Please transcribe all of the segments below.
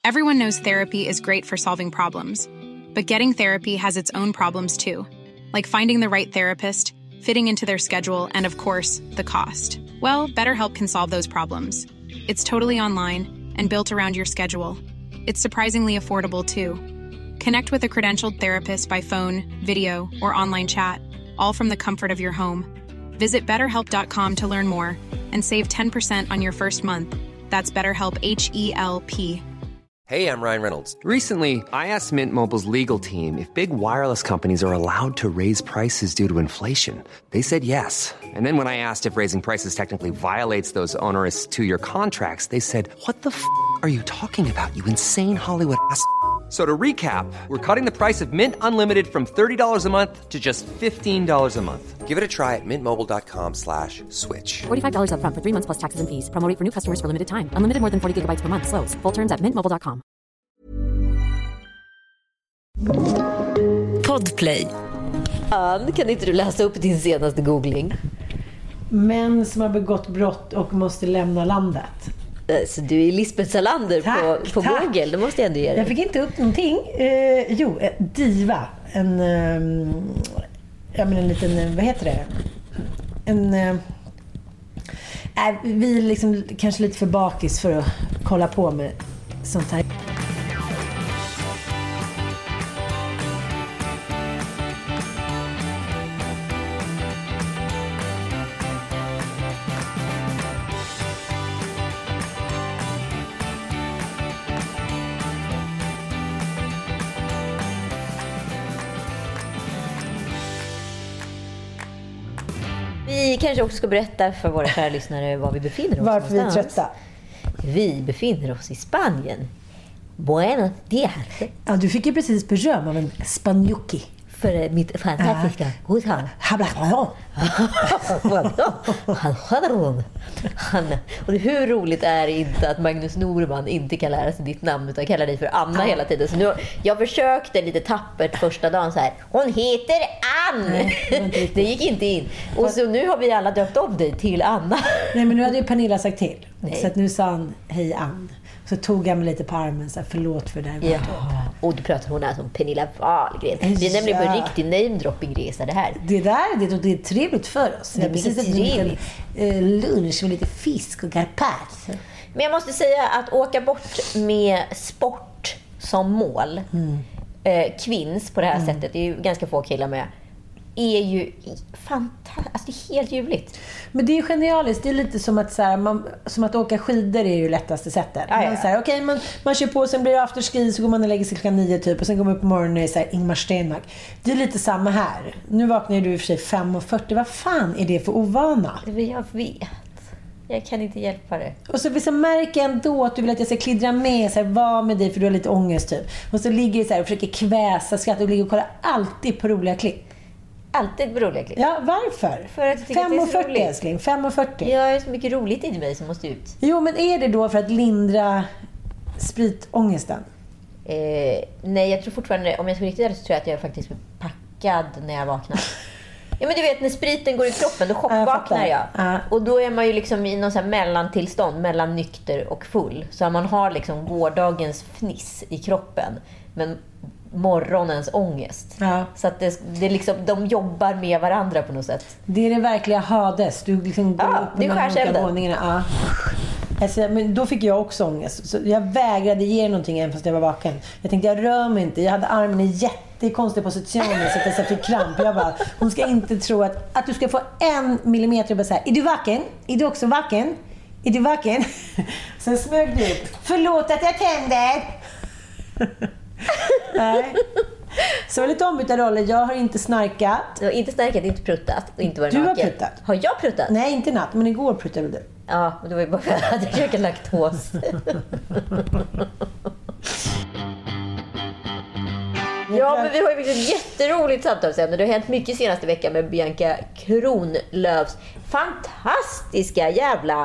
Everyone knows therapy is great for solving problems, but getting therapy has its own problems too, like finding the right therapist, fitting into their schedule, and of course, the cost. Well, BetterHelp can solve those problems. It's totally online and built around your schedule. It's surprisingly affordable too. Connect with a credentialed therapist by phone, video, or online chat, all from the comfort of your home. Visit BetterHelp.com to learn more and save 10% on your first month. That's BetterHelp, H-E-L-P. Hey, I'm Ryan Reynolds. Recently, I asked Mint Mobile's legal team if big wireless companies are allowed to raise prices due to inflation. They said yes. And then when I asked if raising prices technically violates those onerous two-year contracts, they said, "What the f*** are you talking about, you insane Hollywood ass?" So to recap, we're cutting the price of Mint Unlimited from $30 a month to just $15 a month. Give it a try at mintmobile.com/switch. $45 up front for 3 months plus taxes and fees. Promo rate for new customers for limited time. Unlimited more than 40 gigabytes per month. Slows full terms at mintmobile.com. Podplay. Ann, kan inte du läsa upp din senaste googling? Män som har begått brott och måste lämna landet. Så du är Lisbeth Salander på Google, det måste jag ändå göra. Jag fick inte upp någonting. Diva. En liten, vad heter det? Vi är liksom kanske lite för bakis för att kolla på med sånt här. Vi kanske också ska berätta för våra kära lyssnare var vi befinner oss. Varför någonstans. vi är trötta. Vi befinner oss i Spanien. Buenos dias. Ja, du fick ju precis beröm av en spanjocki. För mitt fantastiska godtal. Och hur roligt är det inte att Magnus Norman inte kan lära sig ditt namn utan kallar dig för Anna hela tiden. Så nu, jag försökte lite tappert första dagen så här. Hon heter Ann. Det gick inte in. Och så nu har vi alla döpt om dig till Anna. Nej, men nu hade ju Pernilla sagt till. Nej. Så att nu sa han hej Ann. Så tog han mig lite på armen så här, förlåt för det här. Ja. Och du pratar hon som Pernilla Wahlgren. Vi är nämligen på en riktig namedropping-resa det här. Det är trevligt för oss. Det är precis en liten lunch med lite fisk och carpaccio. Men jag måste säga att åka bort med sport som mål, kvinns på det här sättet, det är ju ganska få killar med, är ju fantastiskt, alltså det är helt ljuvligt. Men det är genialiskt, det är lite som att, så här, som att åka skidor är ju lättaste sättet. Man kör på, sen blir det afterski, så går man och lägger sig klockan 9 typ, och sen går man upp på morgonen och är så här, Ingmar Stenmark. Det är lite samma här. Nu vaknar du i och för sig 5:40. Vad fan är det för ovana? Jag vet. Jag kan inte hjälpa det. Och så märker jag ändå att du vill att jag ska klidra med, så här, vara med dig för du har lite ångest typ. Och så ligger jag så här och försöker kväsa skratt och ligger och kollar alltid på roliga klipp. Alltid på roliga klipp. Ja, varför? För att jag tycker att det är så 5:40 roligt. älskling, 5:40. Jag har så mycket roligt i mig som måste ut. Jo, men är det då för att lindra spritångesten? Nej, jag tror fortfarande, om jag ska riktigt ärlig så tror jag att jag faktiskt blir packad när jag vaknar. Ja, men du vet, när spriten går i kroppen, då chockvaknar jag. Och då är man ju liksom i någon sån här mellantillstånd, mellan nykter och full. Så man har liksom gårdagens fniss i kroppen, men morgonens ångest. Ja. Så att det liksom, de jobbar med varandra på något sätt. Det är det verkliga Hades. Du liksom går upp det är skärselden. Ja. Alltså, men då fick jag också ångest. Så jag vägrade ge någonting även fast jag var vaken. Jag tänkte, jag rör mig inte. Jag hade armen i jättekonstig position så att jag fick kramp. Jag bara, hon ska inte tro att du ska få 1 millimeter och bara så här, är du vaken? Är du också vaken? Är du vaken? Sen smög du upp. Förlåt att jag tänder. Nej. Så lite ombytta roller. Jag har inte snarkat. Du har inte snarkat, inte pruttat och inte varit naken. Du har pruttat. Har jag pruttat? Nej, inte natt, men igår pruttade du. Ja, det var ju bara för att jag hade käkat laktos. Ja, men vi har ju ett jätteroligt samtalsämne. Det har hänt mycket senaste veckan med Bianca Kronlöfs fantastiska jävla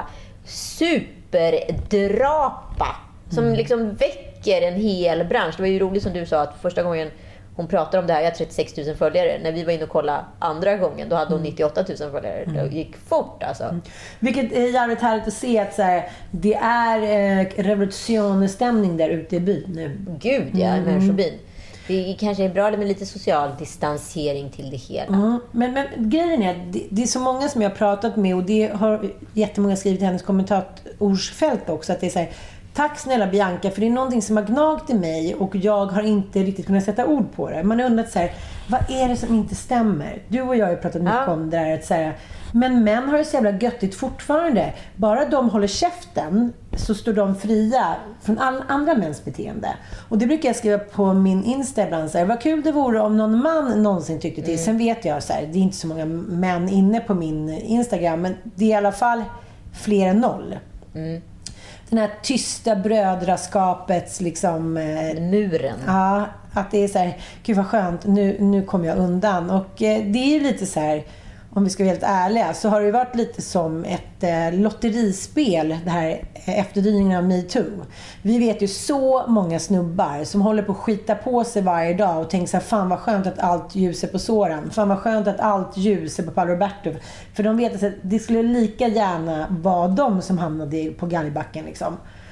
superdrapa som liksom väcker en hel bransch. Det var ju roligt som du sa att första gången hon pratar om det här, jag har 36 000 följare. När vi var inne och kollade andra gången, då hade hon 98 000 följare. Det gick fort alltså. Vilket är jävligt härligt att se att så här, det är revolutionsstämning där ute i byn nu. Gud ja, människobyn. Det kanske är bra med lite social distansering till det hela. Men grejen är att det är så många som jag har pratat med, och det har jättemånga skrivit i hennes kommentarfält också, att det är så här: tack snälla Bianca, för det är någonting som har gnagt i mig och jag har inte riktigt kunnat sätta ord på det. Man har undrat så här, vad är det som inte stämmer? Du och jag har ju pratat mycket om det där, att så här, men män har det så jävla göttigt fortfarande. Bara de håller käften så står de fria från andra mäns beteende. Och det brukar jag skriva på min Insta ibland. Så här, vad kul det vore om någon man någonsin tyckte till. Sen vet jag så här, det är inte så många män inne på min Instagram. Men det är i alla fall fler än 0. Den här tysta brödraskapets liksom... muren. Ja, att det är så här, gud vad skönt, nu kommer jag undan. Och det är ju lite så här... Om vi ska vara helt ärliga, så har det varit lite som ett lotterispel, det här efterdyningen av MeToo. Vi vet ju så många snubbar som håller på att skita på sig varje dag och tänker så här, fan vad skönt att allt ljus är på Soran. Fan vad skönt att allt ljus är på Paolo Roberto. För de vet att det skulle lika gärna vara de som hamnade på galgbacken liksom.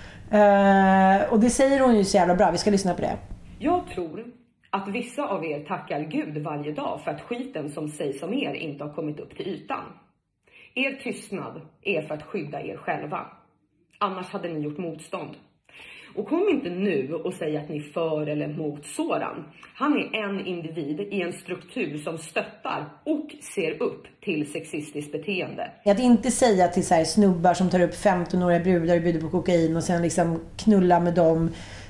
Och det säger hon ju så jävla bra, vi ska lyssna på det. Jag tror att vissa av er tackar Gud varje dag för att skiten som sägs om er inte har kommit upp till ytan. Er tystnad är för att skydda er själva. Annars hade ni gjort motstånd. Och kom inte nu och säg att ni är för eller mot Soran. Han är en individ i en struktur som stöttar och ser upp till sexistiskt beteende. Att inte säga till så här snubbar som tar upp 15-åriga brudar och bjuder på kokain och sen liksom knulla med dem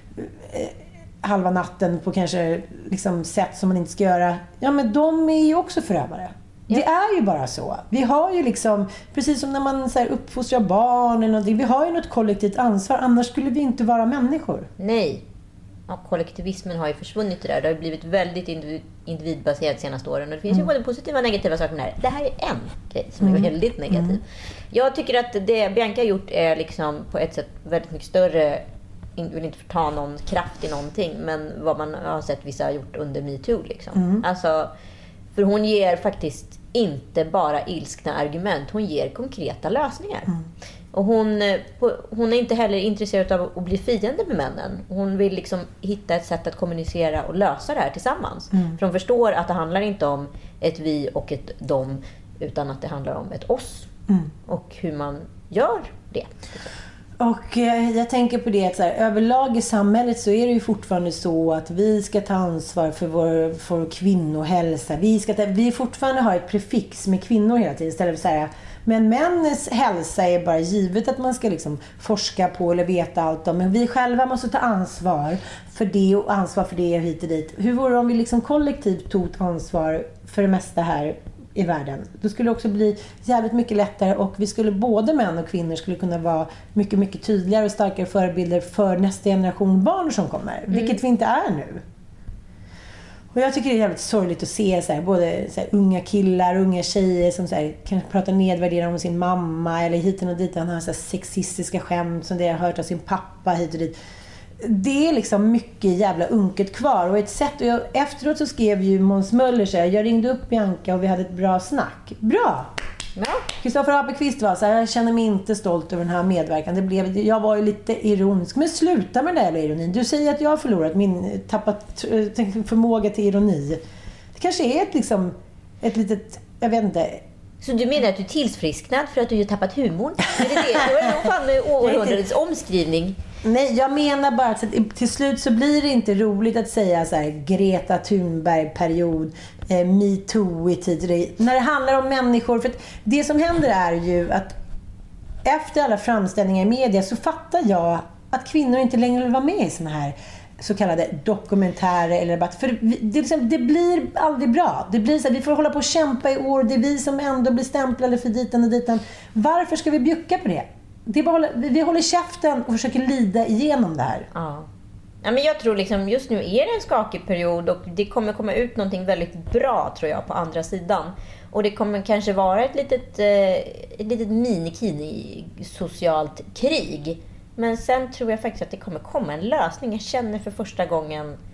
halva natten på kanske liksom sätt som man inte ska göra. Ja, men de är ju också förövare. Ja. Det är ju bara så. Vi har ju liksom, precis som när man så här uppfostrar barn eller någonting, vi har ju något kollektivt ansvar, annars skulle vi inte vara människor. Nej. Ja, kollektivismen har ju försvunnit det där. Det har blivit väldigt individbaserat de senaste åren. Och det finns ju både positiva och negativa saker med det här. Det här är en grej som är väldigt negativ. Jag tycker att det Bianca har gjort är liksom på ett sätt väldigt mycket större. Jag vill inte förta någon kraft i någonting, men vad man har sett vissa har gjort under MeToo liksom. Alltså, för hon ger faktiskt inte bara ilskna argument, hon ger konkreta lösningar. Och hon är inte heller intresserad av att bli fiende med männen. Hon vill liksom hitta ett sätt att kommunicera och lösa det här tillsammans. För hon förstår att det handlar inte om ett vi och ett dom, utan att det handlar om ett oss. Och hur man gör det. Och jag tänker på det att så här, överlag i samhället så är det ju fortfarande så att vi ska ta ansvar för vår kvinnohälsa. Vi fortfarande har ett prefix med kvinnor hela tiden istället för att säga, men männens hälsa är bara givet att man ska liksom forska på eller veta allt om. Men vi själva måste ta ansvar för det och ansvar för det hit och dit. Hur vore det om vi liksom kollektivt tog ansvar för det mesta här i världen? Då skulle det också bli jävligt mycket lättare, och vi skulle, både män och kvinnor skulle kunna vara mycket, mycket tydligare och starkare förebilder för nästa generation barn som kommer. Vilket vi inte är nu. Och jag tycker det är jävligt sorgligt att se så här, både så här, unga killar och unga tjejer som så här, kan prata nedvärderande om sin mamma eller hiten och dit. Han har så här sexistiska skämt som det har hört av sin pappa hit och dit. Det är liksom mycket jävla unket kvar. Och ett sätt, och efteråt så skrev ju Måns Möller så här, jag ringde upp Bianca och vi hade ett bra snack. Bra! Kristoffer Appelqvist var så här, jag känner mig inte stolt över den här medverkan. Jag var ju lite ironisk. Men sluta med den där ironin. Du säger att jag har förlorat tappat förmåga till ironi. Det kanske är ett litet, jag vet inte. Så du menar att du tillfrisknat för att du har tappat humorn? Är det det? Det var nog fan århundradets omskrivning. Nej, jag menar bara att till slut så blir det inte roligt att säga så här Greta Thunberg-period, MeToo i tid. När det handlar om människor, för att det som händer är ju att efter alla framställningar i media så fattar jag att kvinnor inte längre vill vara med i såna här så kallade dokumentärer eller debatt. För det blir aldrig bra. Det blir så här, vi får hålla på och kämpa i år. Det är vi som ändå blir stämplade för ditan och ditan. Varför ska vi bjucka på det? Vi håller käften och försöker lida igenom det här. Ja. Ja, men jag tror liksom just nu är det en skakig period och det kommer komma ut någonting väldigt bra, tror jag, på andra sidan. Och det kommer kanske vara ett litet minikini socialt krig. Men sen tror jag faktiskt att det kommer komma en lösning. Jag känner för första gången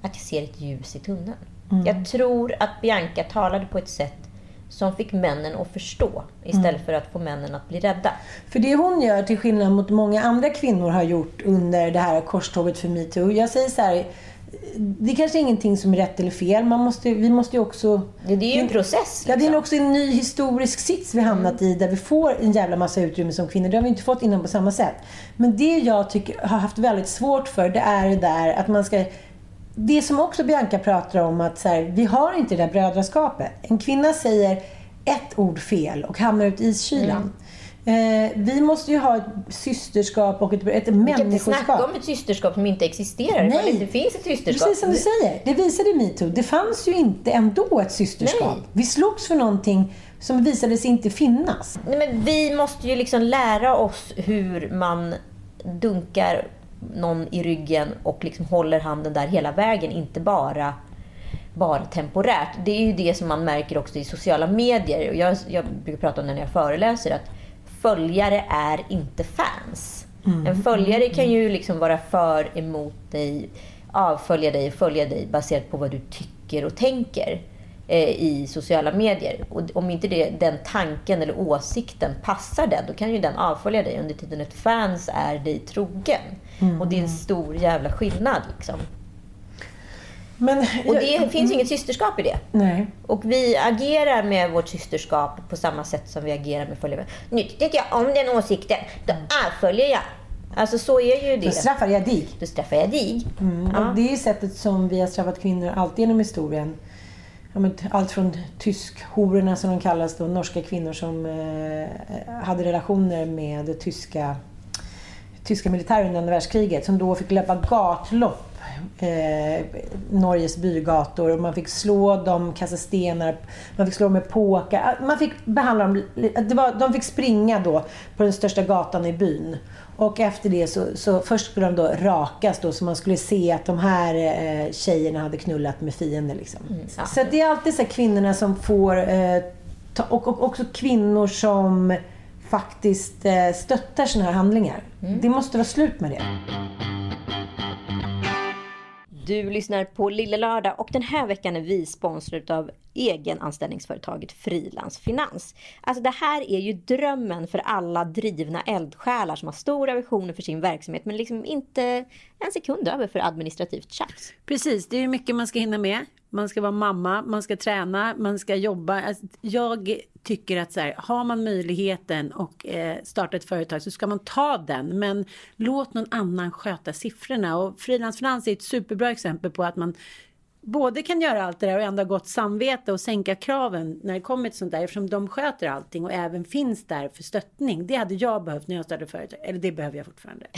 att jag ser ett ljus i tunneln. Jag tror att Bianca talade på ett sätt som fick männen att förstå istället för att få männen att bli rädda. För det hon gör, till skillnad mot många andra kvinnor har gjort under det här korståget för MeToo. Jag säger så här, det är kanske ingenting som är rätt eller fel. Vi måste ju också... Det är ju en process. Liksom. Ja, det är också en ny historisk sits vi hamnat i, där vi får en jävla massa utrymme som kvinnor. Det har vi inte fått innan på samma sätt. Men det jag tycker har haft väldigt svårt för, det är det där att man ska... Det som också Bianca pratar om, att så här, vi har inte det där brödraskapet. En kvinna säger ett ord fel och hamnar ut i iskylan. Vi måste ju ha ett systerskap och ett människoskap. Vi kan inte snacka om ett systerskap som inte existerar. Nej. Det finns ett systerskap. Precis som du säger. Det visade MeToo. Det fanns ju inte ändå ett systerskap. Nej. Vi slogs för någonting som visade sig inte finnas. Nej, men vi måste ju liksom lära oss hur man dunkar någon i ryggen och liksom håller handen där hela vägen. Inte bara temporärt. Det är ju det som man märker också i sociala medier. Och jag brukar prata om det när jag föreläser, att följare är inte fans. En följare kan ju liksom vara för emot dig, avfölja dig och följa dig baserat på vad du tycker och tänker i sociala medier. Och om inte den tanken eller åsikten passar den, då kan ju den avfölja dig under tiden ett fans är dig trogen. Och det är en stor jävla skillnad liksom. Och det finns inget systerskap i det. Nej. Och vi agerar med vårt systerskap på samma sätt som vi agerar med följare. Nu tycker jag om den åsikten, då avföljer jag. Alltså så är ju det. Då straffar jag dig. Ja. Och det är sättet som vi har straffat kvinnor alltid genom historien. Allt från tyskhororna som de kallas då, norska kvinnor som hade relationer med tyska militärer under andra världskriget, som då fick löpa gatlopp Norges bygator, och man fick slå dem, kasta stenar, man fick slå dem med påkar, man fick behandla dem, de fick springa då på den största gatan i byn, och efter det så först skulle de då rakas då, så man skulle se att de här tjejerna hade knullat med fiender liksom. Så det är alltid så här kvinnorna som får och också kvinnor som faktiskt stöttar såna här handlingar. Det måste vara slut med det. Du lyssnar på Lille Lördag, och den här veckan är vi sponsrade av egenanställningsföretaget Frilansfinans. Alltså det här är ju drömmen för alla drivna eldsjälar som har stora visioner för sin verksamhet, men liksom inte en sekund över för administrativt tjafs. Precis, det är ju mycket man ska hinna med. Man ska vara mamma, man ska träna, man ska jobba. Alltså, jag tycker att så här, har man möjligheten och starta ett företag, så ska man ta den. Men låt någon annan sköta siffrorna. Och Frilansfinans är ett superbra exempel på att man både kan göra allt det där och ändå ha gott samvete och sänka kraven när det kommer till sånt där, eftersom de sköter allting och även finns där för stöttning. Det hade jag behövt när jag startade företag, eller det behöver jag fortfarande.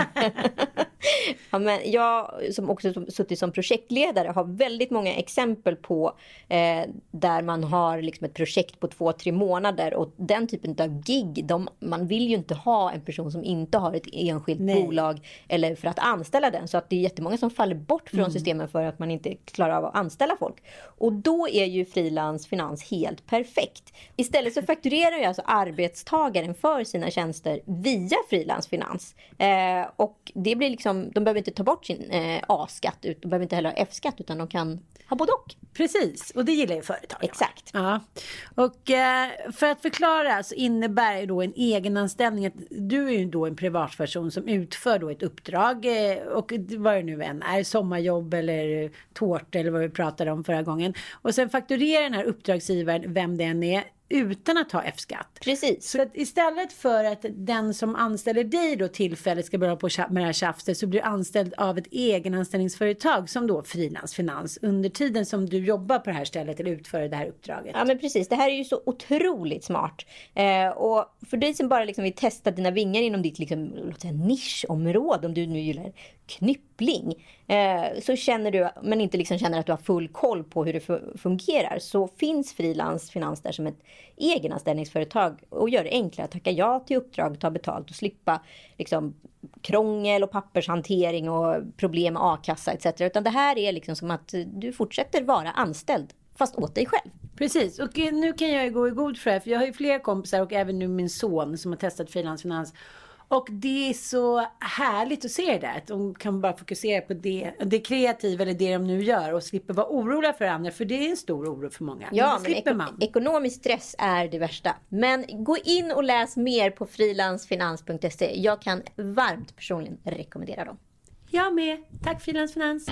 Ja, men jag som också suttit som projektledare har väldigt många exempel på där man har liksom ett projekt på 2-3 månader, och den typen av gig, man vill ju inte ha en person som inte har ett enskilt bolag eller för att anställa den, så att det är jättemånga som faller bort från systemen för att man inte klarar av att anställa folk. Och då är ju Frilansfinans helt perfekt. Istället så fakturerar ju alltså arbetstagaren för sina tjänster via Frilansfinans. Och det blir liksom, de behöver inte ta bort sin A-skatt, de behöver inte heller ha F-skatt, utan de kan ha både och. Precis, och det gillar ju företag. Exakt. Ja. Och för att förklara, så innebär då en egenanställning att du är ju då en privatperson som utför då ett uppdrag, och vad det nu än är, sommarjobb eller tårta eller vad vi pratade om förra gången. Och sen fakturerar den här uppdragsgivaren, vem det än är, utan att ha F-skatt. Precis. Så att istället för att den som anställer dig då tillfälligt ska börja på med det här tjafset, så blir du anställd av ett egenanställningsföretag som då Frilansfinans under tiden som du jobbar på det här stället eller utför det här uppdraget. Ja, men precis. Det här är ju så otroligt smart. Och för dig som bara liksom vill testa dina vingar inom ditt liksom, låt säga, nischområde, om du nu gillar knyppling, så känner du, men inte liksom känner att du har full koll på hur det fungerar, så finns Frilansfinans där som ett egenanställningsföretag och gör det enklare att tacka ja till uppdrag, ta betalt och slippa liksom krångel och pappershantering och problem med a-kassa etc. Utan det här är liksom som att du fortsätter vara anställd fast åt dig själv. Precis, och nu kan jag gå i god för det, för jag har ju fler kompisar och även nu min son som har testat Frilansfinans. Och det är så härligt att se det där. Att de kan bara fokusera på det kreativa eller det de nu gör. Och slipper vara oroliga för andra. För det är en stor oro för många. Ja, men ekonomisk stress är det värsta. Men gå in och läs mer på frilansfinans.se. Jag kan varmt personligen rekommendera dem. Jag med. Tack Frilansfinans.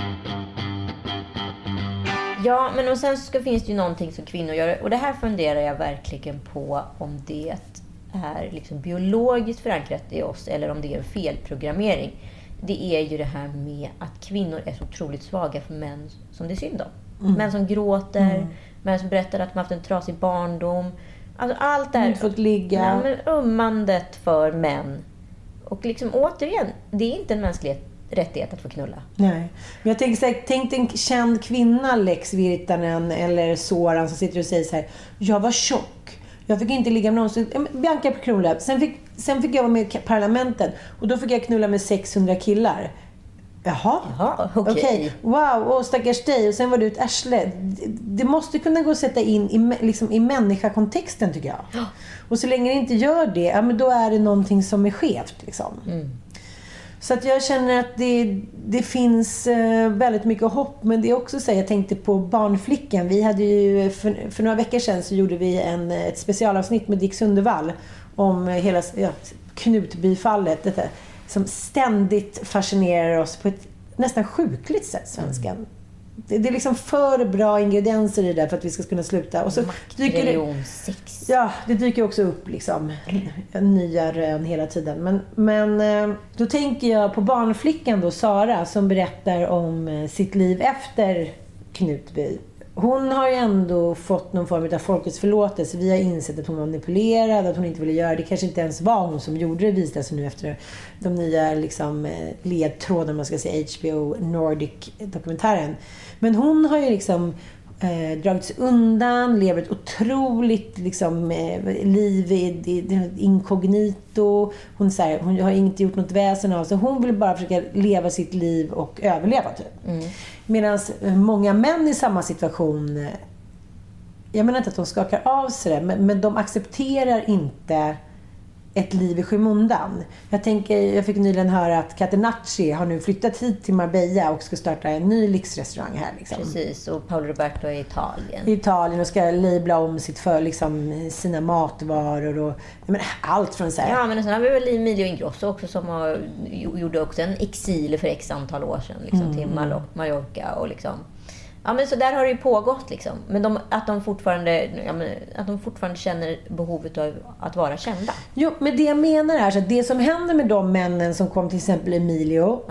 Ja, men och sen finns det ju någonting som kvinnor gör. Och det här funderar jag verkligen på om det är liksom biologiskt förankrat i oss eller om det är en felprogrammering. Det är ju det här med att kvinnor är så otroligt svaga för män som det är synd om. Män som gråter, män som berättar att de haft en trasig barndom. Alltså allt det här. Inte fått ligga. Ja, men ummandet för män. Och liksom återigen, det är inte en mänsklig rättighet att få knulla. Nej. Men jag tänk en känd kvinna, Lex Virtanen eller Soran som sitter och säger så här: jag var tjock. Jag fick inte ligga med någon. Så Bianca knulla. Sen fick jag vara med i parlamentet. Och då fick jag knulla med 600 killar. Jaha, okej. Wow, stackars dig. Och sen var du ett arsle. Det måste kunna gå att sätta in i människakontexten, tycker jag. Och så länge det inte gör det, ja, men då är det någonting som är skevt. Liksom. Så att jag känner att det finns väldigt mycket hopp. Men det är också så, jag tänkte på Barnflickan. Vi hade ju för några veckor sedan så gjorde vi ett specialavsnitt med Dick Sundevall om hela Knutbyfallet. Detta, som ständigt fascinerar oss på ett nästan sjukligt sätt, svenskan. Det är liksom för bra ingredienser i det för att vi ska kunna sluta. Och så Maktreligion, sex. Ja, det dyker också upp liksom nya rön hela tiden. Men då tänker jag på Barnflickan då, Sara, som berättar om sitt liv efter Knutby. Hon har ju ändå fått någon form av folkets förlåtelse. Vi har insett att hon var manipulerad, att hon inte ville göra det. Kanske inte ens var hon som gjorde det, visade sig nu efter de nya liksom, ledtrådarna, man ska säga, HBO Nordic-dokumentären. Men hon har ju liksom dragits undan, lever ett otroligt liksom, liv inkognito. Hon har inte gjort något väsen av sig. Hon vill bara försöka leva sitt liv och överleva typ. Medan många män i samma situation, jag menar inte att de skakar av sig det, men de accepterar inte ett liv i skymundan. Jag fick nyligen höra att Catenacci har nu flyttat hit till Marbella och ska starta en ny lyxrestaurang här. Liksom. Precis, och Paolo Roberto är i Italien och ska labla om sina matvaror och allt från så här. Ja, men sen har vi väl Emilio Ingrosso också som gjorde också en exil för x antal år sedan liksom, till Mallorca och liksom. Ja, men så där har det ju pågått liksom. Men att de fortfarande känner behovet av att vara kända. Jo, men det jag menar är så att det som händer med de männen som kom, till exempel Emilio,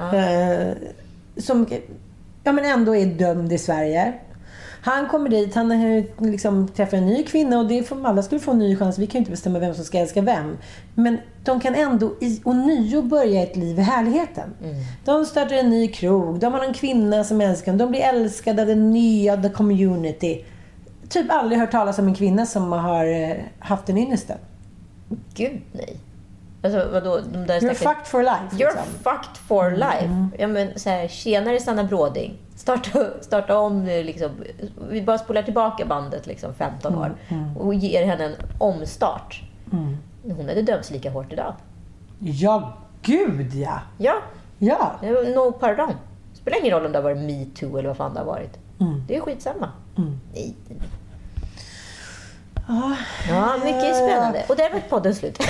som men ändå är dömd i Sverige. Han kommer dit, han liksom träffar en ny kvinna och alla skulle få en ny chans. Vi kan ju inte bestämma vem som ska älska vem. Men de kan ändå ånyo börja ett liv i härligheten. De startar en ny krog, de har en kvinna som älskar dem. De blir älskade av den nya the community. Typ aldrig hört talas om en kvinna som har haft en ynnesten. Gud, nej. Alltså, vadå, de där You're fucked for life. You're fucked for life. Ja, men så här, tjenare Sanna Bråding. Starta om liksom. Vi bara spolar tillbaka bandet liksom 15 år och ger henne en omstart. Hon hade dömts lika hårt idag. Ja, gud ja. Ja. No pardon. Spelar ingen roll om det har varit Me Too eller vad fan det har varit. Det är skitsamma. Nej. Ja, mycket spännande. Och där var podden slut.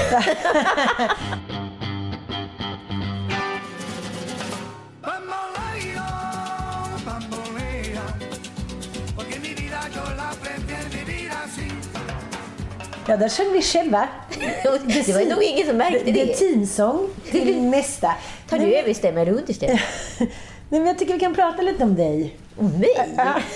Ja, där sjöng vi själva. Det var nog ingen som märkte det. Det är teamsång till nästa. Tar du över stämmer runt istället? Nej, men jag tycker vi kan prata lite om dig. Om mig?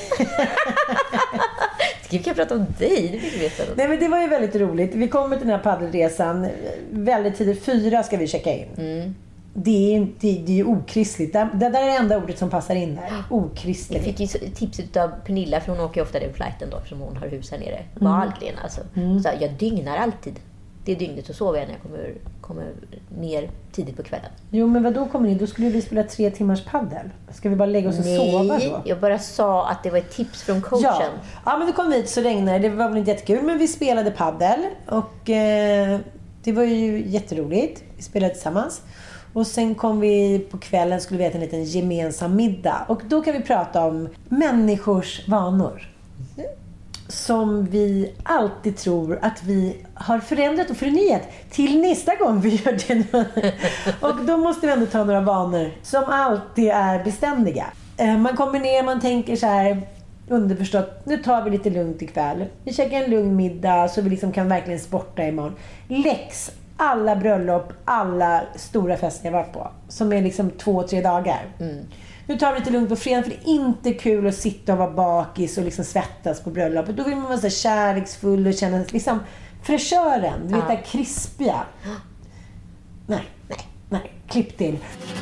Ska vi prata om dig? Det vill vi veta. Nej, men det var ju väldigt roligt. Vi kommer till den här paddelresan väldigt tidigt. 4 ska vi checka in. Det är ju okristligt. Det där är det enda ordet som passar in där. Okristligt. Jag fick ju tipset av Pernilla, för hon åker ju ofta den flighten då, som hon har hus här nere. Valgren alltså. Så jag dygnar alltid. Det dygnet så sover jag när jag kommer ner tidigt på kvällen. Jo, men vad då kommer ni? Då skulle vi spela 3 timmars paddel. Ska vi bara lägga oss och sova då? Jag bara sa att det var ett tips från coachen. Ja, men vi kom hit så regnade det. Det var väl inte jättekul, men vi spelade paddel. Och det var ju jätteroligt. Vi spelade tillsammans. Och sen kom vi på kvällen, skulle vi äta en liten gemensam middag. Och då kan vi prata om människors vanor. Som vi alltid tror att vi har förändrat och förnyat till nästa gång vi gör det. Och då måste vi ändå ta några vanor som alltid är beständiga. Man kommer ner, man tänker så här underförstått, nu tar vi lite lugnt ikväll. Vi käkar en lugn middag så vi liksom kan verkligen sporta imorgon. Läx alla bröllop, alla stora fester jag var på. Som är liksom 2-3 dagar. Nu tar vi lite lugnt på fredag, för det är inte kul att sitta och vara bakis och liksom svettas på bröllopet. Då vill man vara så kärleksfull och känna liksom fräschören, du vet, där krispiga. Nej, klipp till.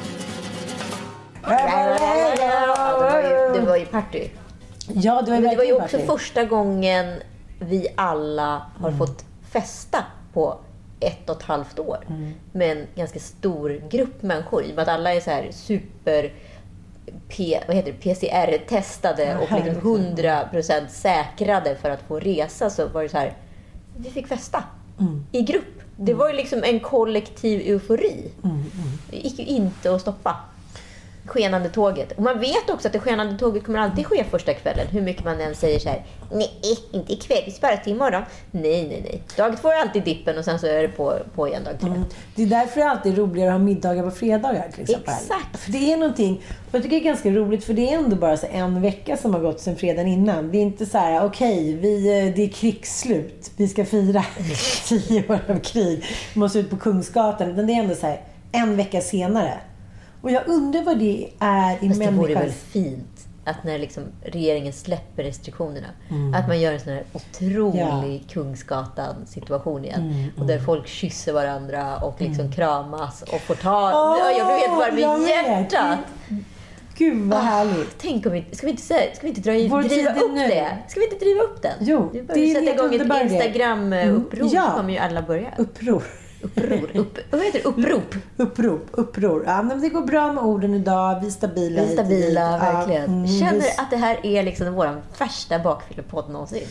Det var ju party. Ja, det var ju också första gången vi alla har fått festa på 1,5 år med en ganska stor grupp människor. I och med att alla är så här super PCR-testade och liksom 100% säkrade för att få resa, så var det så här, vi fick festa i grupp. Det var ju liksom en kollektiv eufori. Det gick ju inte att stoppa skenande tåget. Och man vet också att det skenande tåget kommer alltid ske första kvällen. Hur mycket man än säger så här: nej, inte ikväll, vi sparar till imorgon. Nej. Dag 2 är alltid dippen och sen så är det på igen dag 3. Det är därför det alltid är roligare att ha middagar på fredagar till exempel. Exakt. För det är någonting, jag tycker det är ganska roligt, för det är ändå bara så en vecka som har gått sedan fredagen innan. Det är inte så här, okej, det är krigsslut. Vi ska fira 10 år av krig. Vi måste ut på Kungsgatan. Men det är ändå så här, en vecka senare. Och jag undrar vad det är i människan. Det vore väl fint att när liksom regeringen släpper restriktionerna, att man gör en sån här otrolig Kungsgatan-situation igen. Och där folk kysser varandra och liksom kramas och får ta... jag blir helt varm i hjärtat. Gud vad härligt. Tänk om ska vi inte driva upp det? Ska vi inte driva upp den? Jo, det är sätta igång ett Instagram-uppror, så kommer ju alla börja. Uppror. Vad heter det? Uppror. Ja, men det går bra med orden idag. Vi är stabila. Verkligen. Känner att det här är liksom vår värsta bakfyllepodd någonsin.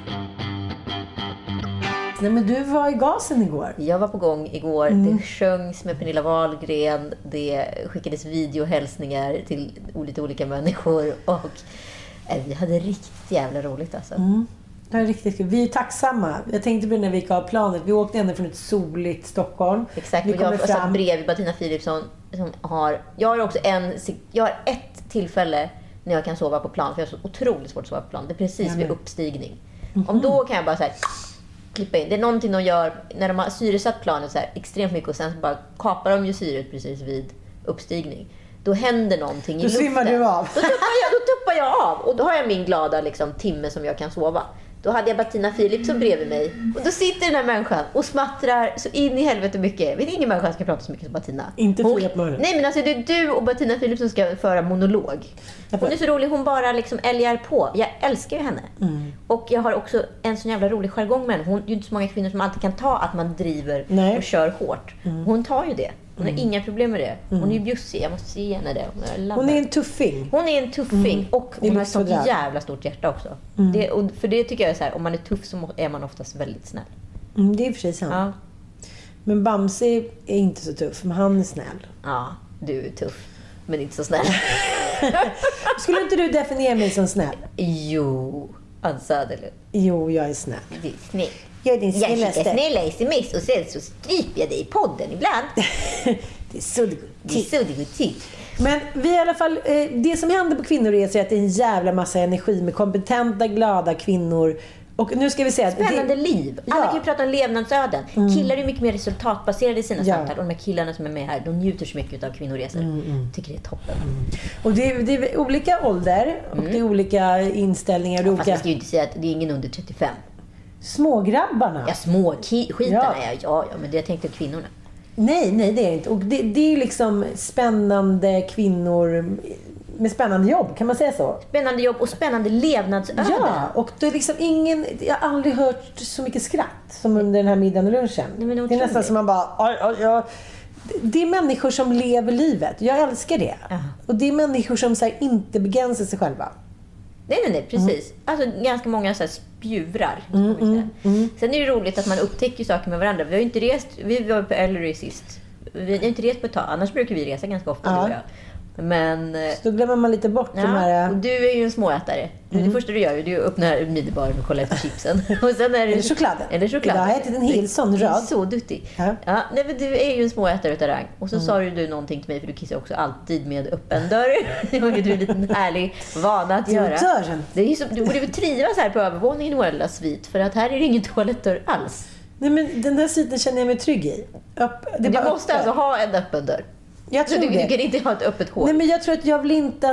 Nej, men du var i gasen igår. Jag var på gång igår. Det sjöngs med Pernilla Wahlgren. Det skickades videohälsningar till lite olika människor. Och vi hade riktigt jävla roligt alltså. Det är riktigt kul. Vi är tacksamma. Jag tänkte på det när vi gick av planet. Vi åkte ända från ett soligt Stockholm. Exakt. Och jag satt bredvid Bettina Philipsson som har... Jag har ett tillfälle när jag kan sova på plan. För jag har så otroligt svårt att sova på plan. Det är precis vid uppstigning. Om då kan jag bara så här, klippa in. Det är någonting de gör när de har syresatt planet så här extremt mycket. Och sen så bara kapar de ju syret precis vid uppstigning. Då händer någonting i luften. Då svimmar du av. Då tuppar jag av. Och då har jag min glada liksom, timme som jag kan sova. Då hade jag Bettina Philipsson bredvid mig. Och då sitter den här människan och smattrar så in i helvete mycket. Vet ingen människa ska prata så mycket som Bettina. Inte Filip Mörren. Nej, men alltså det är du och Bettina Philipsson ska föra monolog. Hon är så rolig, hon bara liksom älgar på. Jag älskar ju henne. Och jag har också en så jävla rolig jargong med henne. Hon är ju inte så många kvinnor som alltid kan ta att man driver och kör hårt. Hon tar ju det. Hon har inga problem med det. Hon är ju bjussig, jag måste se henne det. Hon är en tuffing. Och hon har ett sånt jävla stort hjärta också. För det tycker jag är så här, om man är tuff så är man oftast väldigt snäll. Det är för sig sant. Ja. Men Bamse är inte så tuff, men han är snäll. Ja, du är tuff, men inte så snäll. Skulle inte du definiera mig som snäll? Jo, Ann Söderlund. Jo, jag är snäll. Du är snäll. Jag är din snällaste. Jag skickar snälla sms och sen så stryper jag dig i podden ibland. Det är så det går till. Men vi i alla fall, det som händer på kvinnoresor är att det är en jävla massa energi med kompetenta, glada kvinnor. Och nu ska vi säga att spännande liv. Alla kan ju prata om levnadsöden. Killar är mycket mer resultatbaserade i sina samtal. Och de här killarna som är med här, de njuter så mycket av kvinnoresor. Tycker det är toppen. Och det är olika ålder och det är olika inställningar. Fast jag ska ju inte säga att det är ingen under 35. Smågrabbarna. Ja, skitarna. Ja, men det jag tänkte kvinnorna. Nej, det är inte. Och det är liksom spännande kvinnor med spännande jobb, kan man säga så? Spännande jobb och spännande levnadsöden. Ja, och det är liksom jag har aldrig hört så mycket skratt som under den här middagen och lunchen. Nej, det är nästan som man bara... Det är människor som lever livet. Jag älskar det. Och det är människor som så här, inte begränsar sig själva. Nej, precis. Alltså ganska många så här spjuvrar. Sen är det roligt att man upptäcker saker med varandra. Vi har ju inte rest, vi var på Ellery sist Vi har inte rest på ett tag. Annars brukar vi resa ganska ofta, du och jag. Men så då glömmer man lite bort de här... Och du är ju en småätare. Det första du gör är att du öppnar minibaren och kollar efter chipsen. Och sen är det... Eller chokladen. Idag har jag ätit en hel sån rad. Så duktig. Ja. Nej, men du är ju en småätare utav rang. Och så sa du någonting till mig, för du kissar också alltid med öppen dörr. Det var ju en liten härlig vana att göra. Det är ju så, du borde väl trivas här på övervåningen i vår lilla svit. För att här är det ingen toalettdörr alls. Nej, men den här sviten känner jag mig trygg i. Du måste alltså ha en öppen dörr. Jag tror du kan inte ha ett öppet hål. Nej, men jag tror att jag vill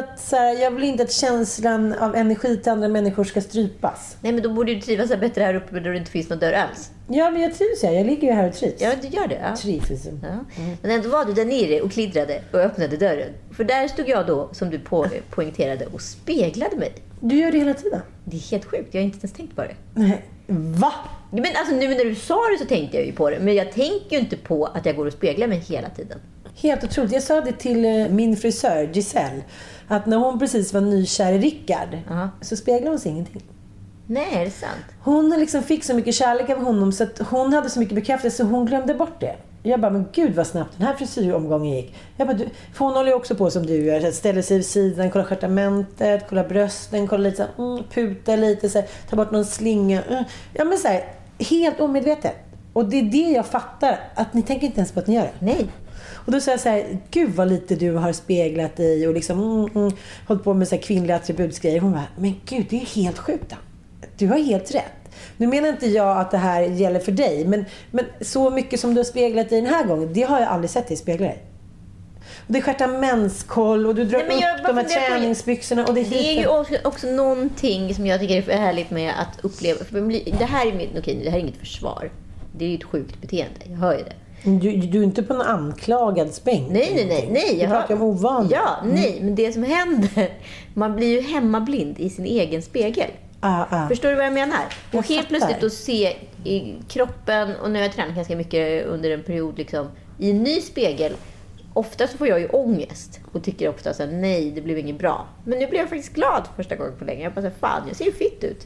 inte att känslan av energi till andra människor ska strypas. Nej, men då borde du trivas bättre här uppe där det inte finns någon dörr alls. Ja, men jag trivs jag ligger ju här och trivs. Ja, du gör det. Ja. Trivs. Men ändå var du där nere och kliddrade och öppnade dörren. För där stod jag då, som du poängterade, och speglade mig. Du gör det hela tiden. Det är helt sjukt, jag har inte ens tänkt på det. Nej. Va? Men alltså nu när du sa det så tänkte jag ju på det. Men jag tänker ju inte på att jag går och speglar mig hela tiden. Helt otroligt. Jag sa det till min frisör Giselle, att när hon precis var nykär i Rickard så speglade hon sig ingenting. Nej, är det sant? Hon liksom fick så mycket kärlek av honom så att hon hade så mycket bekräftelse så hon glömde bort det. Jag bara, men gud vad snabbt den här frisyromgången gick. Jag bara, för hon håller ju också på som du gör. Ställer sig vid sidan, kollar stjärtamentet, kollar brösten, kollar lite så puta lite, så här, ta bort någon slinga. Ja, men så här, helt omedvetet. Och det är det jag fattar, att ni tänker inte ens på att ni gör det. Nej. Och då säger jag så här, gud vad lite du har speglat dig och liksom hållit på med så här kvinnliga attributsgrejer. Hon bara, men gud, det är helt sjukt då. Du har helt rätt. Nu menar inte jag att det här gäller för dig, men så mycket som du har speglat dig den här gången, det har jag aldrig sett dig spegla dig. Och det är stjärtamentskoll och du drar upp de här träningsbyxorna. Och det är ju också någonting som jag tycker är härligt med att uppleva. För det här är inget försvar. Det är ju ett sjukt beteende, jag hör ju det. Du är inte på en anklagad späng. Nej. Du pratar om ovanligt. Ja, nej, men det som händer, man blir ju hemmablind i sin egen spegel. Förstår du vad jag menar? Och helt plötsligt att se i kroppen, och nu har jag tränat ganska mycket under en period liksom, i en ny spegel. Ofta så får jag ju ångest och tycker ofta så här, nej, det blev inget bra. Men nu blev jag faktiskt glad första gången på länge. Jag bara så här, fan, jag ser ju fitt ut.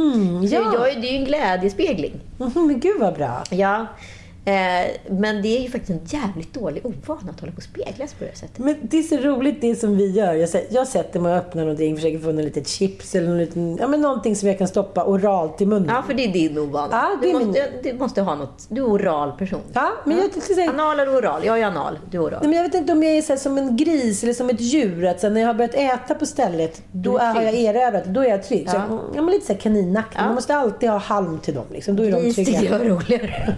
Det är ju en glädjespegling. Men gud vad bra. Ja. Men det är ju faktiskt en jävligt dålig ovana att hålla på och speglas på det sättet. Men det är så roligt det som vi gör. Jag sätter mig och öppnar någonting, försöker få något litet chips eller någonting som jag kan stoppa oralt i munnen. Ja, för det är din ovana. Du måste ha något. Du är oral person. Ja, men jag tycker så här, anal eller oral? Jag är anal, du är oral. Nej, men jag vet inte om jag är så här, som en gris eller som ett djur. Att så här, när jag har börjat äta på stället, då har jag erövrat. Då är jag trygg. Så jag lite så här kaninnack. Man måste alltid ha halm till dem. Liksom. Då är de trygga. Det gör roligare.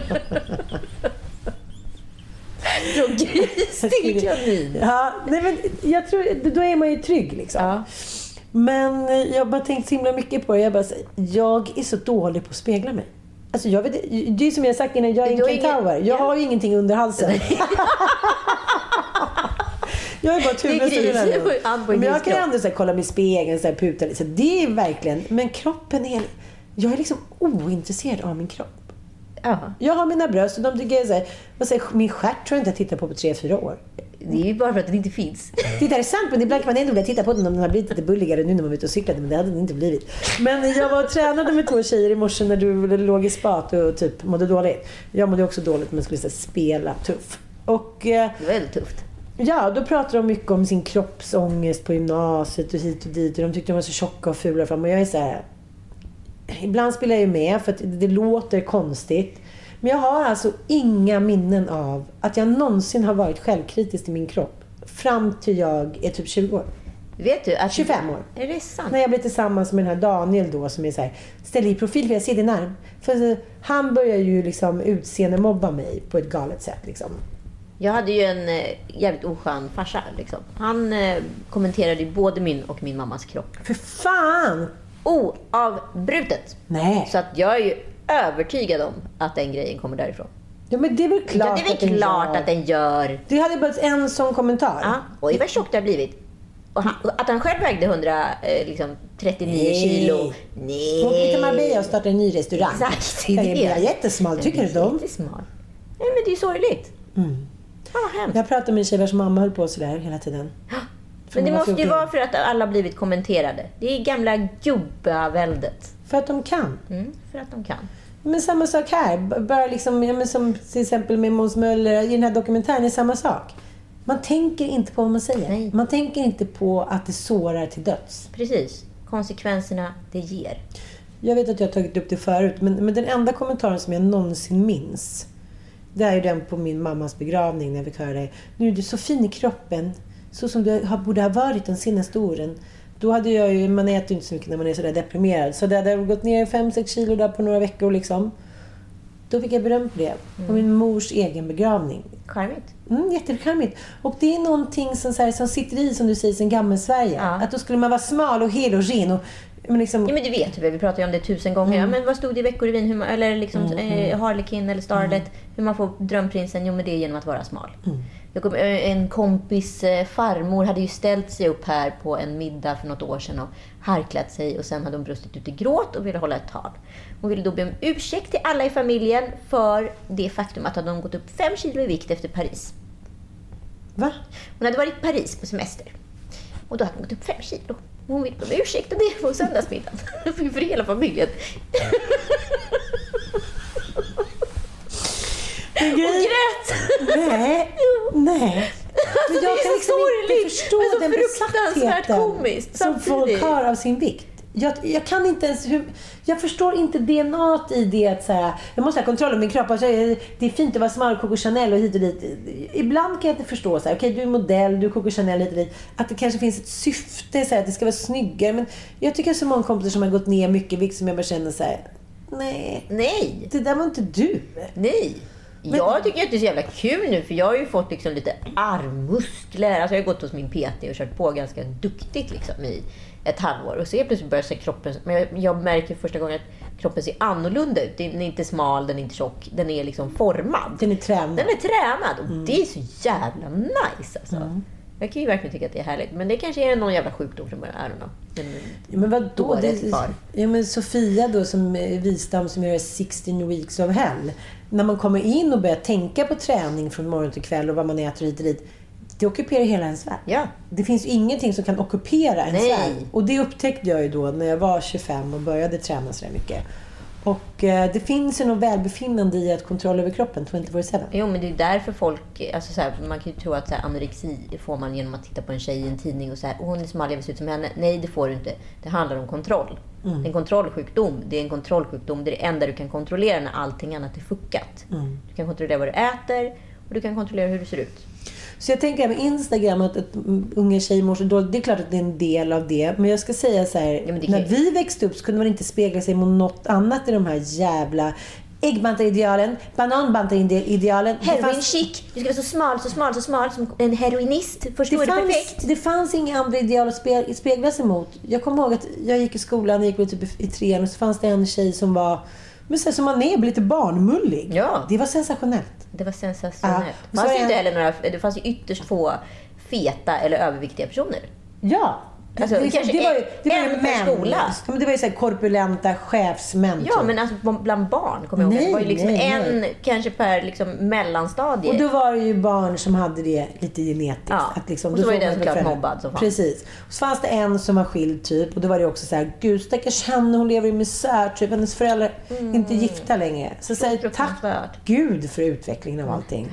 Från gris till kanin. Ja, nej, men jag tror, då är man ju trygg liksom. Ja. Men jag bara tänkt så himla mycket på det. Jag är så dålig på att spegla mig. Alltså jag vet, det är som jag sagt innan, jag är en kentaur. Jag har ju ingenting under halsen. Jag är bara tuben. Men jag kan ändå så här, kolla mig i spegeln, så här, puta lite. Så det är verkligen, men kroppen är, jag är liksom ointresserad av min kropp. Jag har mina bröst och de tycker jag så här, min stjärt tror jag inte jag tittar på 3-4 år. Det är ju bara för att den inte finns. Det är sant, men ibland kan man ändå vilja titta på den om den har blivit lite bulligare nu när man är ute och cyklade, men det hade den inte blivit. Men jag var och tränade med 2 tjejer i morse när du låg i spat och typ mådde dåligt. Jag mådde också dåligt, men skulle spela tuff. Och det var väldigt tufft. Ja, då pratade de mycket om sin kroppsångest på gymnasiet och hit och dit, och de tyckte de var så tjocka och fula fram, och jag är så här, ibland spelar jag ju med för att det låter konstigt. Men jag har alltså inga minnen av att jag någonsin har varit självkritisk i min kropp fram till jag är typ 20 år. Vet du att 25 år. Är det sant? När jag blev tillsammans med den här Daniel då, som är så här, ställ i profil för jag ser din arm. För han börjar ju liksom utseendemobba mig på ett galet sätt liksom. Jag hade ju en jävligt oskön farsa liksom. Han kommenterade ju både min och min mammas kropp. För fan! Oavbrutet. Nej. Så att jag är ju övertygad om att den grejen kommer därifrån. Ja, men det är väl klart, ja, det är väl klart att den gör. Det hade bara en sån kommentar. Ja, och det var tjockt det har blivit. Och att han själv vägde 139 kilo. Nej. Hon gick till Marbella och startade en ny restaurang. Exakt. Det är jättesmal, tycker du de? Jättesmal. Nej, men det är ju sorgligt. Jag pratade med en tjej vars mamma höll på sådär hela tiden. Men det måste ju vara för att alla blivit kommenterade. Det är gamla gubbaväldet. För att de kan. För att de kan. Men samma sak här. Bara liksom, som till exempel med Måns Möller i den här dokumentären är samma sak. Man tänker inte på vad man säger. Nej. Man tänker inte på att det sårar till döds. Precis. Konsekvenserna det ger. Jag vet att jag har tagit upp det förut. Men den enda kommentaren som jag någonsin minns. Det är ju den på min mammas begravning när vi fick höra det. Nu är du så fin i kroppen. Så som du borde ha varit den senaste åren. Då hade jag ju, man äter ju inte så mycket när man är sådär deprimerad. Så det hade gått ner 5-6 kilo där på några veckor liksom. Då fick jag beröm på det. På min mors egen begravning. Charmigt. Jättecharmigt. Och det är någonting som sitter i, som du säger, sen gammal Sverige. Ja. Att då skulle man vara smal och hel och ren. Och, men liksom... Ja, men det vet vi pratar ju om det 1000 gånger. Ja, men vad stod det i Veckorevyn? Hur man, eller liksom Harlekin eller Starlet. Hur man får drömprinsen? Jo, men det är genom att vara smal. En kompis farmor hade ju ställt sig upp här på en middag för något år sedan och harklat sig, och sen hade hon brustit ut i gråt och ville hålla ett tal. Hon ville då be om ursäkt till alla i familjen för det faktum att hon gått upp 5 kilo i vikt efter Paris. Va? Hon hade varit i Paris på semester och då hade hon gått upp 5 kilo. Hon ville be om ursäkt och det på söndagsmiddagen för hela familjen. Och grät. Nej. Men jag kan liksom inte förstå den besattheten som folk har av sin vikt. Jag kan inte ens... Jag förstår inte DNAt i det att säga, jag måste ha kontroll över min kropp. Alltså, det är fint att vara smal, Coco Chanel och hit och dit. Ibland kan jag inte förstå så här, okej, du är modell, du är Coco Chanel hit och dit. Att det kanske finns ett syfte så här, att det ska vara snyggare. Men jag tycker så många kompisar som har gått ner mycket vikt som jag bara känner så här, nej. Det där var inte du. Nej. Men jag tycker att det är så jävla kul nu, för jag har ju fått liksom lite armmuskler. Alltså jag har gått hos min PT och kört på ganska duktigt liksom i ett halvår. Och så är plötsligt börjar se kroppen, men jag märker första gången att kroppen ser annorlunda ut. Den är inte smal, den är inte tjock, den är liksom formad. Den är tränad och det är så jävla nice alltså. Jag kan ju verkligen tycka att det är härligt. Men det kanske är någon jävla sjukdom från början. I don't know. Men vadå? Men Sofia då som Wistam som gör 16 weeks of hell. När man kommer in och börjar tänka på träning från morgon till kväll och vad man äter hit och dit. Det ockuperar hela ens värld. Ja. Det finns ju ingenting som kan ockupera ens värld. Och det upptäckte jag ju då när jag var 25 och började träna så mycket. Och det finns ju något välbefinnande i att kontroll över kroppen 24/7. Jo, men det är därför folk, alltså så här, man kan ju tro att så här, anorexi får man genom att titta på en tjej i en tidning och så här, hon är smal, jag vill se ut som henne. Nej, det får du inte. Det handlar om kontroll. Det är en kontrollsjukdom. Det är en kontrollsjukdom. Det är det enda du kan kontrollera när allting annat är fuckat. Du kan kontrollera vad du äter och du kan kontrollera hur du ser ut. Så jag tänker med Instagram att unga tjejer mår så dåligt. Det är klart att det är en del av det. Men jag ska säga så här, när vi växte upp så kunde man inte spegla sig mot något annat i de här jävla äggbanteridealen, bananbanteridealen. Heroin chic. Du ska vara så smal som en heroinist. Förstår du perfekt? Det fanns inga andra ideal att spegla sig mot. Jag kommer ihåg att jag gick i skolan, jag gick typ i 3 och så fanns det en tjej som var, men så som man är, lite barnmullig. Ja. Det var sensationellt. Det fanns ju ytterst få feta eller överviktiga personer. Ja. Alltså, det var ju män. Men det var ju så här korpulenta chefsmän. Ja, men alltså bland barn kommer jag ihåg. Det var ju liksom en kanske per liksom mellanstadie. Och då var det ju barn som hade det lite genetiskt. Ja. Att liksom, och så var ju den såklart mobbad som fanns. Precis. Och så fanns det en som var skild typ. Och då var det också så här, gud stackars henne, hon lever i misär typ. Hennes föräldrar inte gifta längre. Så säger tack Gud för utvecklingen av allting.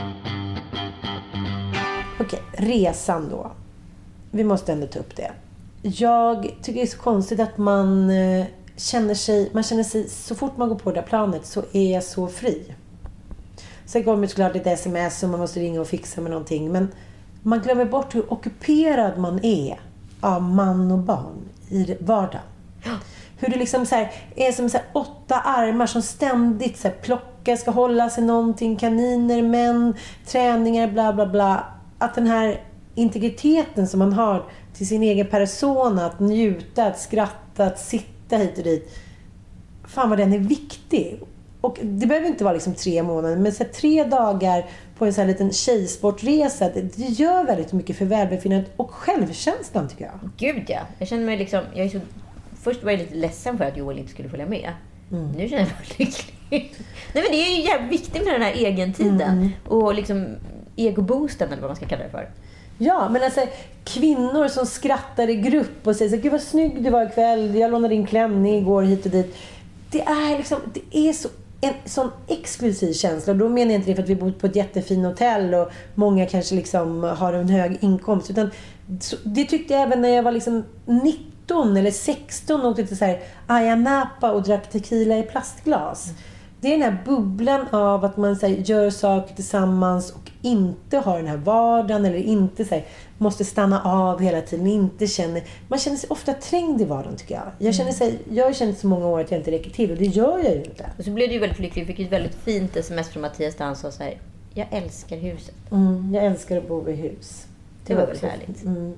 Okej, resan då. Vi måste ändå ta upp det. Jag tycker det är så konstigt att man känner sig så fort man går på det där planet så är jag så fri. Sen kommer det såklart lite sms och man måste ringa och fixa med någonting. Men man glömmer bort hur ockuperad man är av man och barn i vardagen. Hur det liksom så här, är som så här 8 armar som ständigt så här plockar, ska hålla sig någonting, kaniner, män, träningar, bla bla bla. Att den här integriteten som man har till sin egen persona, att njuta, att skratta, att sitta hit och dit. Fan vad den är viktig. Och det behöver inte vara liksom 3 månader, men så 3 dagar på en sån här liten tjejsportresa, det gör väldigt mycket för välbefinnandet och självkänslan tycker jag. Gud ja. Jag känner mig liksom, först var jag lite ledsen för att Joel inte skulle följa med. Nu känner jag mig lycklig. Nej, men det är ju jävligt viktigt med den här egentiden och liksom egoboosten eller vad man ska kalla det för. Ja, men alltså kvinnor som skrattar i grupp och säger så, gud vad snygg du var ikväll, jag lånade din klänning igår hit och dit. det är liksom, det är så en sån exklusiv känsla. Och då menar jag inte det för att vi bor på ett jättefint hotell och många kanske liksom har en hög inkomst, utan det tyckte jag även när jag var liksom 19 eller 16 och åkte till så här Ayia Napa och drack tequila i plastglas. Det är den här bubblan av att man så här, gör saker tillsammans och inte har den här vardagen eller inte så här, måste stanna av hela tiden, man känner sig ofta trängd i vardagen, tycker jag. Jag har känt så många år att jag inte räcker till, och det gör jag ju inte. Och så blev du ju väldigt lycklig. Vi fick ett väldigt fint sms från Mattias där han sa så här: jag älskar huset. Jag älskar att bo i hus. Det var väl härligt.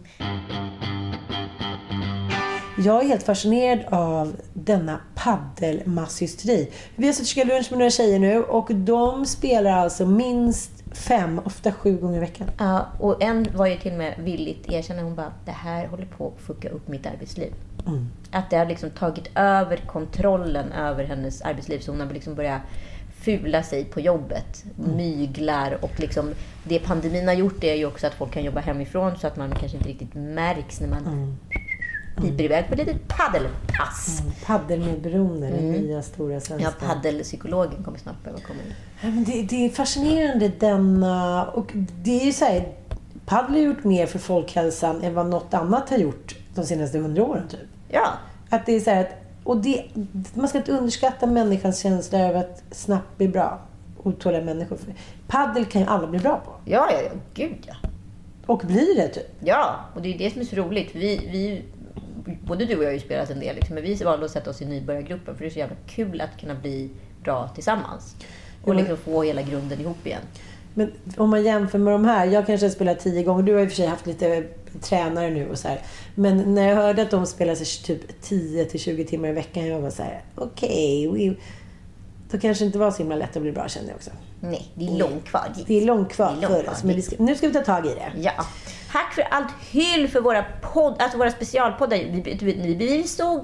Jag är helt fascinerad av denna paddelmasshysteri. Vi har suttit och käkat lunch med några tjejer nu, och de spelar alltså minst 5, ofta 7 gånger i veckan. Ja, och en var ju till och med villigt erkänna, hon bara, det här håller på att fucka upp mitt arbetsliv. Att det har liksom tagit över kontrollen över hennes arbetsliv, så hon har liksom börjat fula sig på jobbet, myglar, och liksom det pandemin har gjort är ju också att folk kan jobba hemifrån, så att man kanske inte riktigt märks när man piper iväg på ett litet paddelpass. Paddelmedberoende, den nya stora svenska. Ja, paddelpsykologen kommer snart behöva komma in. Ja, men det är fascinerande denna, och det är ju så här, paddel har gjort mer för folkhälsan än vad något annat har gjort de senaste 100 åren typ. Ja. Att det är så här man ska inte underskatta människans känsla över att snabbt bli bra. Otåliga människor. Paddel kan ju alla bli bra på. Ja, gud ja. Och blir det typ. Ja, och det är det som är så roligt. Vi både du och jag har ju spelat en del, liksom, men vi valde att sätta oss i nybörjargruppen, för det är så jävla kul att kunna bli bra tillsammans. Och liksom få hela grunden ihop igen. Men om man jämför med de här, jag kanske har spelat 10 gånger, du har i och för sig haft lite tränare nu och så här. Men när jag hörde att de spelar sig typ 10-20 timmar i veckan, jag var så här: okej, då kanske inte var så himla lätt att bli bra, kände jag också. Nej, det är långt kvar dit. Det är långt kvar för oss, men nu ska vi ta tag i det. Ja. Tack för allt hyll för våra specialpoddar. Vi blir så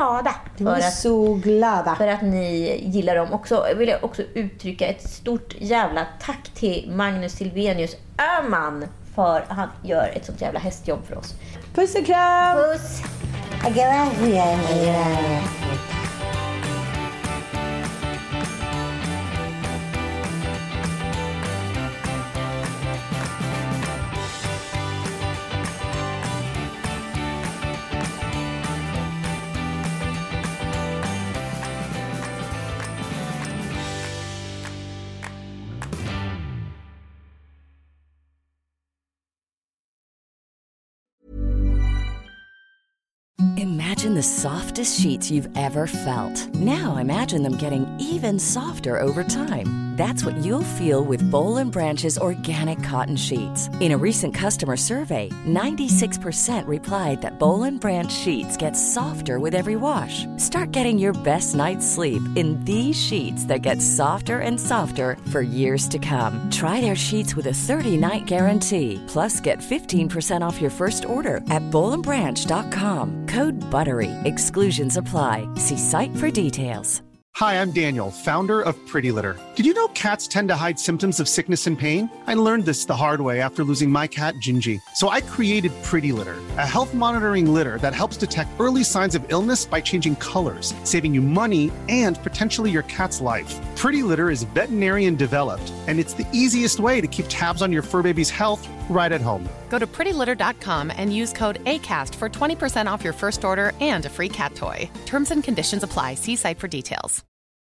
glada. För att ni gillar dem. Också vill jag också uttrycka ett stort jävla tack till Magnus Silvenius Öhman, för att han gör ett sånt jävla hästjobb för oss. Puss och kram! Puss! Imagine the softest sheets you've ever felt. Now imagine them getting even softer over time. That's what you'll feel with Boll & Branch's organic cotton sheets. In a recent customer survey, 96% replied that Boll & Branch sheets get softer with every wash. Start getting your best night's sleep in these sheets that get softer and softer for years to come. Try their sheets with a 30-night guarantee. Plus, get 15% off your first order at bollandbranch.com. Code BUTTERY. Exclusions apply. See site for details. Hi, I'm Daniel, founder of Pretty Litter. Did you know cats tend to hide symptoms of sickness and pain? I learned this the hard way after losing my cat, Gingy. So I created Pretty Litter, a health monitoring litter that helps detect early signs of illness by changing colors, saving you money and potentially your cat's life. Pretty Litter is veterinarian developed, and it's the easiest way to keep tabs on your fur baby's health right at home. Go to prettylitter.com and use code ACAST for 20% off your first order and a free cat toy. Terms and conditions apply. See site for details.